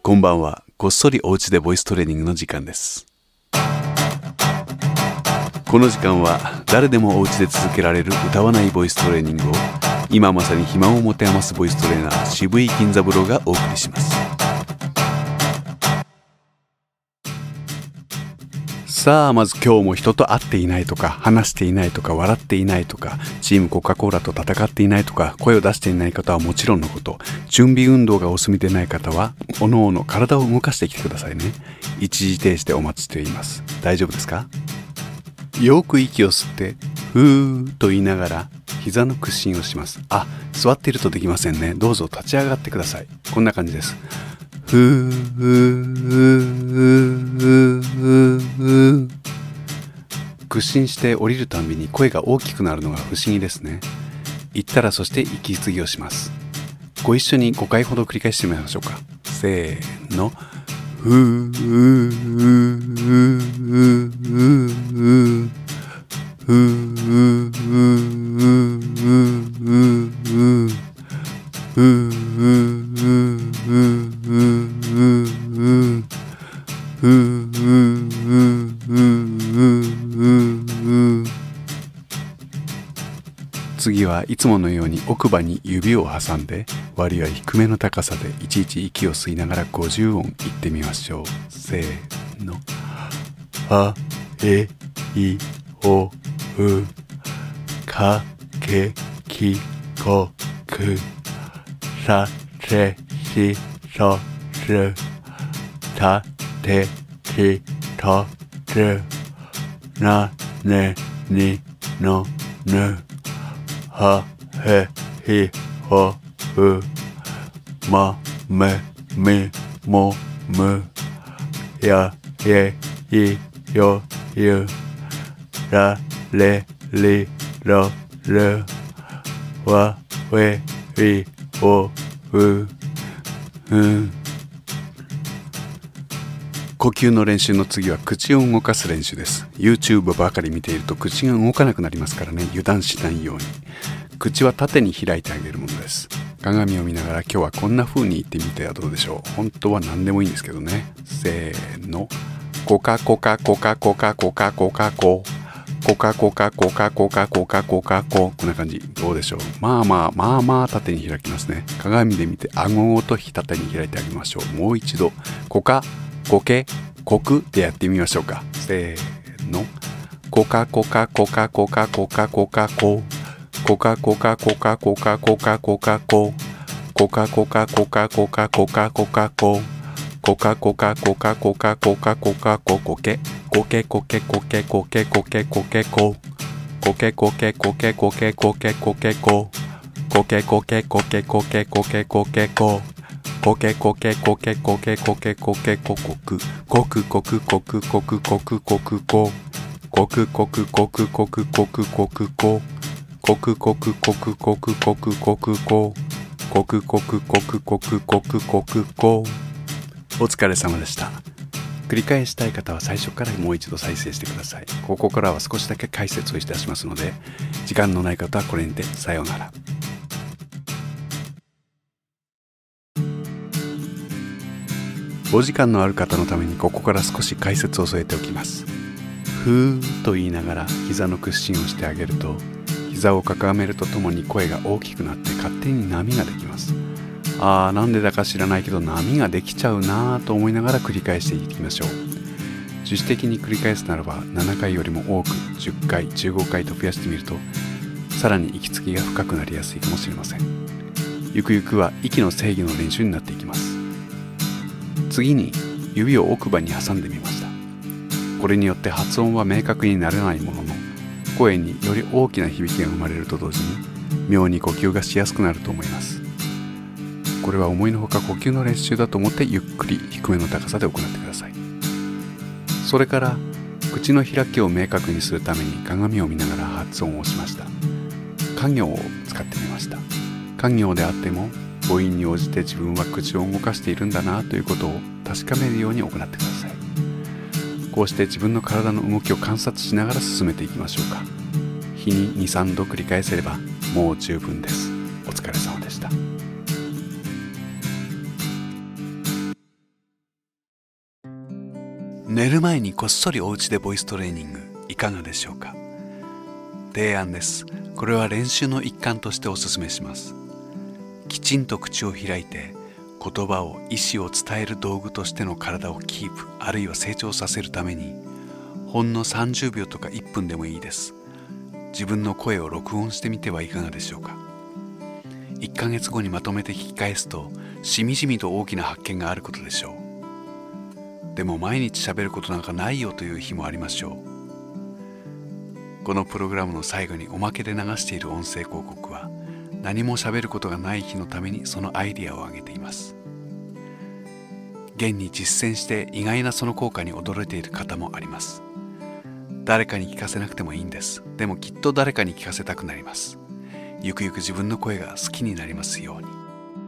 こんばんは。こっそりお家でボイストレーニングの時間です。この時間は誰でもお家で続けられる歌わないボイストレーニングを今まさに暇を持て余すボイストレーナー渋井金三郎がお送りします。さあ、まず今日も人と会っていないとか話していないとか笑っていないとかチームコカ・コーラと戦っていないとか声を出していない方はもちろんのこと、準備運動がお済みでない方はおのおの体を動かしてきてくださいね。一時停止でお待ちしています。大丈夫ですか？よく息を吸ってふーと言いながら膝の屈伸をします。座っているとできませんね。どうぞ立ち上がってください。こんな感じです。ふー屈伸して降りるたんびに声が大きくなるのが不思議ですね。言ったらそして息継ぎをします。ご一緒に5回ほど繰り返してみましょうか。せーの。ふ次はいつものように奥歯に指を挟んで割合低めの高さでいちいち息を吸いながら50音言ってみましょう。せーの。あえいおうかけきこくさせしそすたてきとつなねにのぬはへひほうまめみもむやえいよゆられりろるわweいおう呼吸の練習の次は口を動かす練習です。 YouTube ばかり見ていると口が動かなくなりますからね。油断しないように口は縦に開いてあげるものです。鏡を見ながら今日はこんな風に言ってみてはどうでしょう。本当は何でもいいんですけどね。せーの。コカコカコカコカコカコカココカコカコカコカコカコカコ、こんな感じ。どうでしょう。まあ縦に開きますね。鏡で見て顎ごと縦に開いてあげましょう。もう一度コカコケコクでやってみましょうか。せーの。コカコカコカコカコカコカココカコカコカコカコカコカココカコカコカコカコカコカココカコカコカコカコカコカココケコケコケコケコケコケコケココケコケコケコケコケコケココケコケコケコケコケコケココケコケコケコケコケコケココクコクコクコクコクコクコクココクコクコクコクコクコクココクコクコクコクコクコクココクコクコクコクコクコクコ。お疲れ様でした。繰り返したい方は最初からもう一度再生してください。ここからは少しだけ解説をいたしますので、時間のない方はこれにてさようなら。お時間のある方のためにここから少し解説を添えておきます。ふーと言いながら膝の屈伸をしてあげると、膝をかがめるとともに声が大きくなって勝手に波ができます。なんでだか知らないけど波ができちゃうなぁと思いながら繰り返していきましょう。自主的に繰り返すならば7回よりも多く10回15回と増やしてみると、さらに息継ぎが深くなりやすいかもしれません。ゆくゆくは息の制御の練習になっていきます。次に指を奥歯に挟んでみました。これによって発音は明確にならないものの、声により大きな響きが生まれると同時に妙に呼吸がしやすくなると思います。これは思いのほか呼吸の練習だと思ってゆっくり低めの高さで行ってください。それから口の開きを明確にするために鏡を見ながら発音をしました。家行を使ってみました。家行であっても母音に応じて自分は口を動かしているんだなということを確かめるように行ってください。こうして自分の体の動きを観察しながら進めていきましょうか。日に 2,3 度繰り返せればもう十分です。お疲れ様でした。 寝る前にこっそりお家でボイストレーニングいかがでしょうか。提案です。これは練習の一環としてお勧めします。きちんと口を開いて言葉を意思を伝える道具としての体をキープあるいは成長させるためにほんの30秒とか1分でもいいです。自分の声を録音してみてはいかがでしょうか。1ヶ月後にまとめて聞き返すとしみじみと大きな発見があることでしょう。でも毎日喋ることなんかないよという日もありましょう。このプログラムの最後におまけで流している音声広告は何も喋ることがない日のためにそのアイディアを挙げています。現に実践して意外なその効果に驚いている方もあります。誰かに聞かせなくてもいいんです。でもきっと誰かに聞かせたくなります。ゆくゆく自分の声が好きになりますように。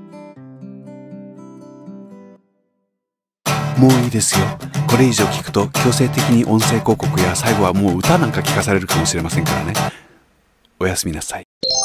もういいですよ。これ以上聞くと強制的に音声広告や最後はもう歌なんか聞かされるかもしれませんからね。おやすみなさい。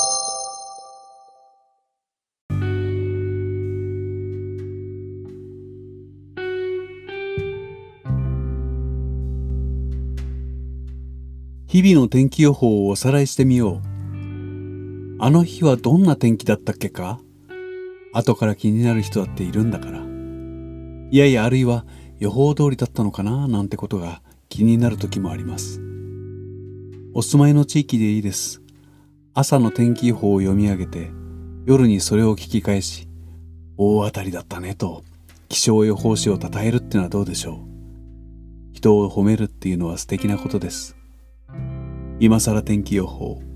日々の天気予報をおさらいしてみよう。あの日はどんな天気だったっけか？後から気になる人だっているんだから。いやいや、あるいは予報通りだったのかななんてことが気になる時もあります。お住まいの地域でいいです。朝の天気予報を読み上げて、夜にそれを聞き返し、大当たりだったねと気象予報士を称えるってのはどうでしょう。人を褒めるっていうのは素敵なことです。今更天気予報。